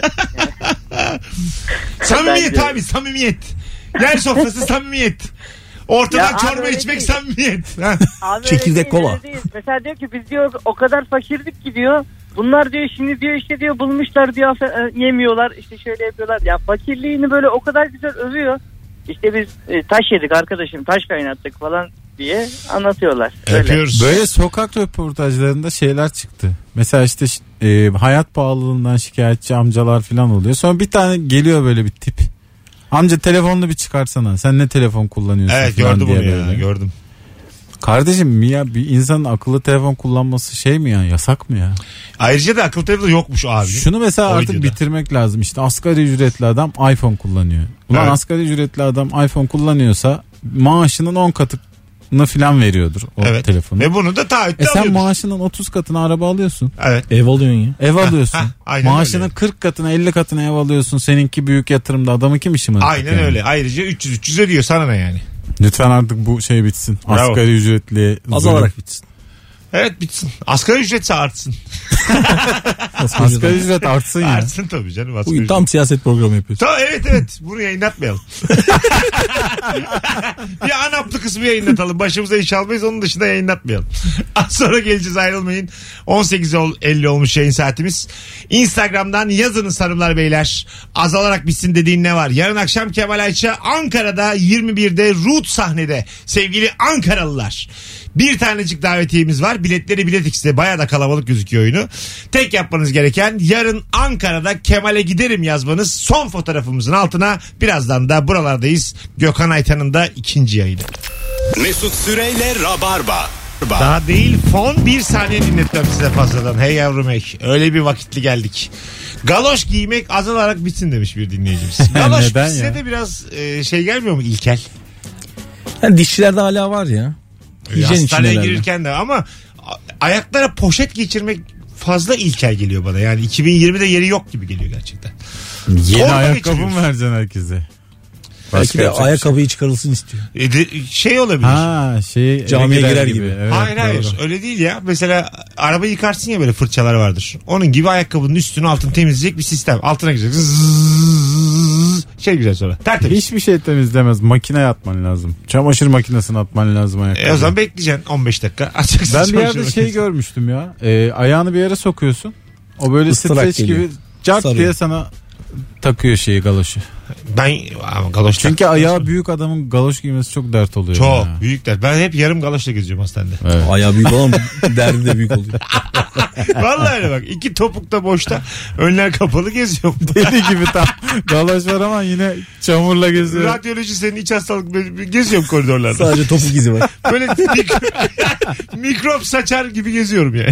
Samimiyet abi, samimiyet. Yer sofrası samimiyet. Ortadan ya çorba içmek değil. Samimiyet. Çekirdek kola. Mesela diyor ki biz diyor o kadar fakirdik ki diyor. Bunlar diyor şimdi diyor işte diyor bulmuşlar diyor yemiyorlar işte şöyle yapıyorlar. Ya fakirliğini böyle o kadar güzel övüyor. İşte biz e, taş yedik arkadaşım, taş kaynattık falan diye anlatıyorlar. Öpüyoruz. Böyle sokak röportajlarında şeyler çıktı. Mesela işte e, hayat pahalılığından şikayetçi amcalar falan oluyor. Sonra bir tane geliyor böyle bir tip. Amca telefonunu bir çıkarsana. Sen ne telefon kullanıyorsun? Evet, gördüm onu ya, böyle. gördüm. Kardeşim ya bir insanın akıllı telefon kullanması şey mi ya, yasak mı ya? Ayrıca da akıllı telefon yokmuş abi. Şunu mesela o artık videoda bitirmek lazım. İşte asgari ücretli adam iPhone kullanıyor. Ulan evet, asgari ücretli adam iPhone kullanıyorsa maaşının on katını falan veriyordur o evet, telefonu. Ve bunu da taahhütle e alıyordur. Sen maaşının otuz katını araba alıyorsun. Evet. Ev alıyorsun ya. Ev alıyorsun. Ha, maaşının öyle. kırk katına elli katına ev alıyorsun. Seninki büyük yatırımda, adamı kim işi mi? Aynen yani öyle. Ayrıca üç yüz üç yüz ödüyor sana ne yani? Lütfen artık bu şey bitsin. Bravo. Asgari ücretli azalarak bitsin. Evet bitsin. Asgari ücretse artsın. Asgari ücret artsın ya. Artsın tabii canım. Bugün tam ücret. Siyaset programı yapıyoruz. Tamam, evet evet. Bunu yayınlatmayalım. Bir anaplı kısmı yayınlatalım. Başımıza iş almayız. Onun dışında yayınlatmayalım. Az sonra geleceğiz, ayrılmayın. on sekiz elli olmuş yayın saatimiz. Instagram'dan yazınız hanımlar beyler. Azalarak bitsin dediğin ne var? Yarın akşam Kemal Ayça Ankara'da yirmi birde Root sahnede. Sevgili Ankaralılar. Bir tanecik davetiyemiz var. Biletleri Bilet X'te, bayağı da kalabalık gözüküyor oyunu. Tek yapmanız gereken yarın Ankara'da Kemal'e giderim yazmanız. Son fotoğrafımızın altına. Birazdan da buralardayız. Gökhan Aytan'ın da ikinci yayını. Mesut Süreyle Rabarba. Daha değil, fon bir saniye dinletmem size fazladan. Hey yavrum hey. Öyle bir vakitli geldik. Galoş giymek azalarak bitsin demiş bir dinleyicimiz. Galoş size ya de biraz e, şey gelmiyor mu, ilkel? Yani dişçilerde hala var ya. Hastaneye girirken de ama ayaklara poşet geçirmek fazla ilkel geliyor bana. Yani iki bin yirmide yeri yok gibi geliyor gerçekten. Yeni Orada ayakkabı mı vereceksin herkese? Belki de ayakkabıyı şey çıkarılsın istiyor. E de, şey olabilir. Ha, şey camiye girer gibi. gibi. Evet, hayır hayır doğru. Öyle değil ya. Mesela araba yıkarsın ya, böyle fırçalar vardır. Onun gibi ayakkabının üstünü altını temizleyecek bir sistem. Altına gireceksin. Zzzz, şey güzel sonra. Tertemiz. Hiçbir şey temizlemez. Makineye atman lazım. Çamaşır makinesine atman lazım ayakkabı. E o zaman bekleyeceksin on beş dakika. Açacaksın. Ben bir yerde makinesi. şey görmüştüm ya. E, ayağını bir yere sokuyorsun. O böyle streç gibi cart diye sana takıyor şeyi, galoşu. Ben ama galoş çünkü ayağı büyük adamın galoş giymesi çok dert oluyor. Çok ya. büyük dert. Ben hep yarım galoşla geziyorum hastanede. Evet. Ayağı büyük olan derdi de büyük oluyor. Vallahi öyle bak. İki topuk da boşta. Önler kapalı geziyorum. Deli gibi tam. Galoş var ama yine çamurla geziyorum. Radyoloji senin iç hastalık geziyorum koridorlarda. Sadece topuk izi var. Böyle mik- mikrop saçar gibi geziyorum yani.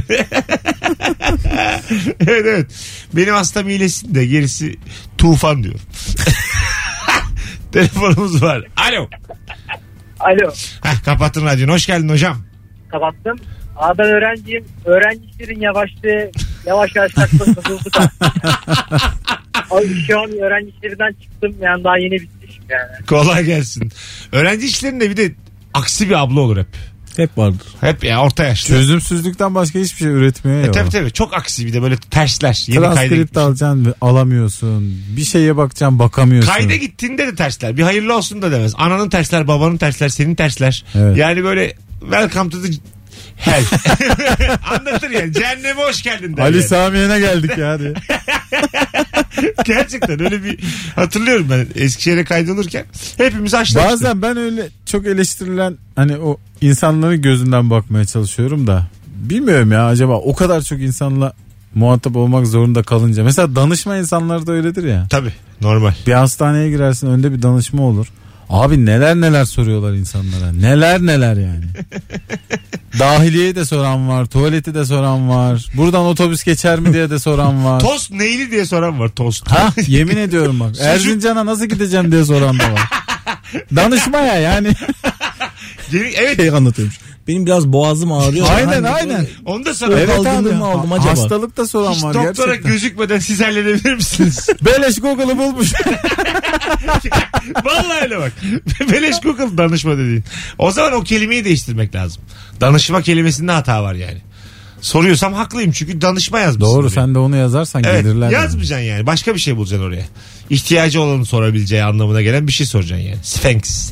Evet evet. Benim hastam iyileşsin de gerisi tufan diyorum. Telefonumuz var. Alo. Alo. Heh, kapattın radyonu. Hoş geldin hocam. Kapattım. Abi ben öğrenciyim. Öğrencilerin yavaşlığı yavaş yavaş kalkması bozuldu da. Abi şu an öğrenci işlerinden çıktım. Yani daha yeni bitmişim yani. Kolay gelsin. Öğrenci işlerinde bir de aksi bir abla olur hep. Hep vardır. Hep ya orta yaşlı. Çözümsüzlükten başka hiçbir şey üretmiyor ya. E, tabii tabii çok aksi bir de böyle tersler. Yeni transkript alacaksın alamıyorsun. Bir şeye bakacaksın bakamıyorsun. Kayda gittiğinde de tersler. Bir hayırlı olsun da demez. Ananın tersler, babanın tersler, senin tersler. Evet. Yani böyle welcome to the hell. Anlatır yani. Cehenneme hoş geldin der. Ali yani. Samiye'ne geldik ya diye. Gerçekten öyle bir hatırlıyorum ben Eskişehir'e kaydolurken hepimiz açtık. Bazen ben öyle çok eleştirilen hani o insanların gözünden bakmaya çalışıyorum da bilmiyorum ya acaba o kadar çok insanla muhatap olmak zorunda kalınca mesela danışma insanları da öyledir ya. Tabii normal. Bir hastaneye girersin önde bir danışma olur. Abi neler neler soruyorlar insanlara. Neler neler yani. Dahiliyeyi de soran var. Tuvaleti de soran var. Buradan otobüs geçer mi diye de soran var. Tost neyli diye soran var tost. Ha yemin ediyorum bak. Erzincan'a nasıl gideceğim diye soran da var. Danışma ya yani. Evet. Şey anlatıyormuş. Benim biraz boğazım ağrıyor. Aynen hani aynen. Onu da soran. Evet abi. Mı aldım acaba? Hastalık da soran Hiç var doktora gerçekten. gözükmeden siz halledebilir misiniz? Beleş Google'ı bulmuş. Vallahi öyle bak. Beleş Google danışma dediğin. O zaman o kelimeyi değiştirmek lazım. Danışma kelimesinde hata var yani. Soruyorsam haklıyım çünkü danışma yazmışsın. Doğru oraya. sen de onu yazarsan Evet, gelirler. yazmayacaksın yani. yani. Başka bir şey bulacaksın oraya. İhtiyacı olanı sorabileceği anlamına gelen bir şey soracaksın yani. Sphinx.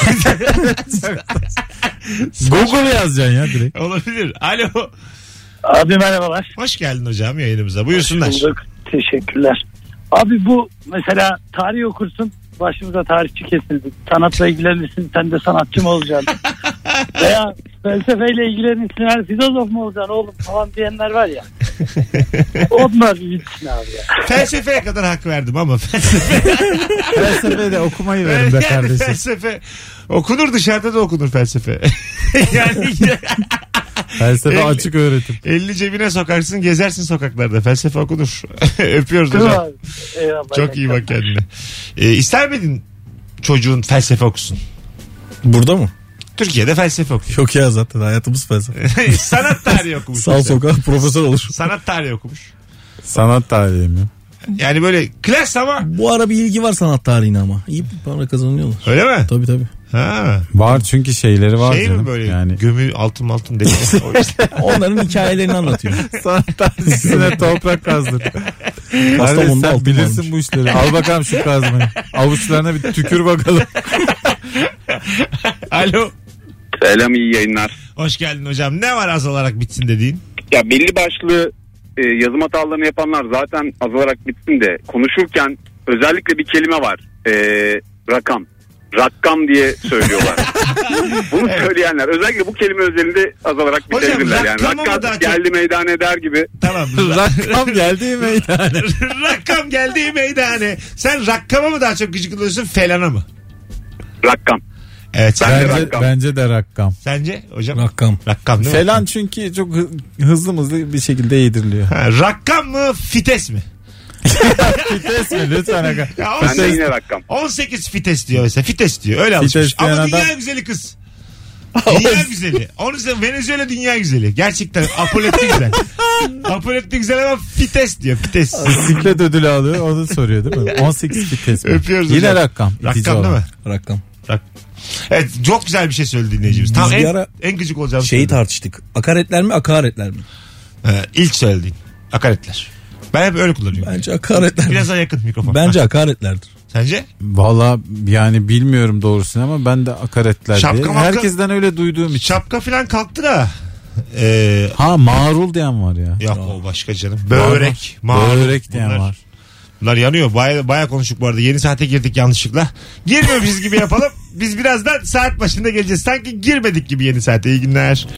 Google yazacaksın ya direkt. Olabilir. Alo. Abi merhabalar. Hoş geldin hocam yayınımıza. Buyursunlar. Hoş bulduk. Teşekkürler. Abi bu mesela tarih okursun, başımıza tarihçi kesildi. Sanatla ilgilenirsin, sen de sanatçı mı olacaksın? Veya felsefeyle ilgilenirsin, her filozof mu olacaksın oğlum falan diyenler var ya. Onlar bir bitsin abi ya. Felsefeye kadar hak verdim ama felsefe. Felsefeyi de okumayı verin be Yani kardeşim. felsefe okunur, dışarıda da okunur felsefe. Yani Felsefe elli, açık öğretim. elli cebine sokarsın, gezersin sokaklarda. Felsefe okunur. Öpüyoruz Değil mi hocam. abi? Eyvallah. Çok iyi bak kendine. Ee, ister miydin çocuğun felsefe okusun? Burada mı? Türkiye'de felsefe okuyor. Yok ya zaten hayatımız felsefe. Sanat tarihi okumuş. Sağ sokak profesör olur. Sanat tarihi okumuş. Sanat tarihi mi? Yani böyle klas ama. Bu ara bir ilgi var sanat tarihine ama. İyi para kazanıyorlar. Öyle mi? Tabii tabii. Ha. Var çünkü şeyleri var şey canım. mi böyle yani. gömü altın altın dedi. Onların hikayelerini anlatıyor. Sanat tarihçisine toprak kazdır. Kardeş sen bilirsin varmış bu işleri. Al bakalım şu kazmayı. Avuçlarına bir tükür bakalım. Alo. Selam, iyi yayınlar. Hoş geldin hocam. Ne var azalarak bitsin dediğin? Ya belli başlı e, yazım hatalarını yapanlar zaten azalarak bitsin de konuşurken özellikle bir kelime var. E, rakam. Rakkam diye söylüyorlar. Bunu evet. söyleyenler özellikle bu kelime özelinde azalarak bitebilirler. Yani rakkam geldi çok... meydan eder gibi. Tamam. Rakkam geldi meydane. Rakkam geldi meydane. Sen rakkama mı daha çok gıcık oluyorsun, felana mı? Rakkam. Evet. Bence, rakkam. bence de rakkam. Sence hocam? Rakkam. Rakkam değil mi? Falan çünkü çok hızlı hızlı bir şekilde yediriliyor. Ha, rakkam mı fites mi? Fites mi lütfen aga. Ya ben de yine rakkam. on sekiz fites diyor mesela. Fites diyor. Öyle alışmış. Ama adam... dünya güzeli kız. Dünya güzeli. Onu sen Venezuela dünya güzeli. Gerçekten apoletli güzel. Apoletli güzel ama fites diyor. Fites. Bisiklet ödülü alıyor. Onu soruyor değil mi? on sekiz fites mi? Öpüyoruz yine hocam. Rakkam. Rakkam değil mi? Rakkam. Rak... Evet, çok güzel bir şey söyledi dinleyicimiz. Tam en, en gıcık olacağım. Şeyi söyledi. Tartıştık. Akaretler mi akaretler mi? Ee, ilk söylediğin. Akaretler. Ben hep öyle kullanıyorum. Bence akaretler. Biraz daha yakın mikrofon. Bence akaretlerdir. Sence? Valla yani bilmiyorum doğrusunu ama ben de akaretler şapka diye. Mapka, herkesten öyle duyduğum için. Şapka falan kalktı da. Ee, ha marul diyen var ya. Yok o başka canım. Börek. Marul, börek diyen bunlar, var. Bunlar yanıyor. Baya, baya konuştuk bu arada. Yeni saate girdik yanlışlıkla. Girmiyormuşuz gibi yapalım. Biz birazdan saat başında geleceğiz. Sanki girmedik gibi yeni saate. İyi günler.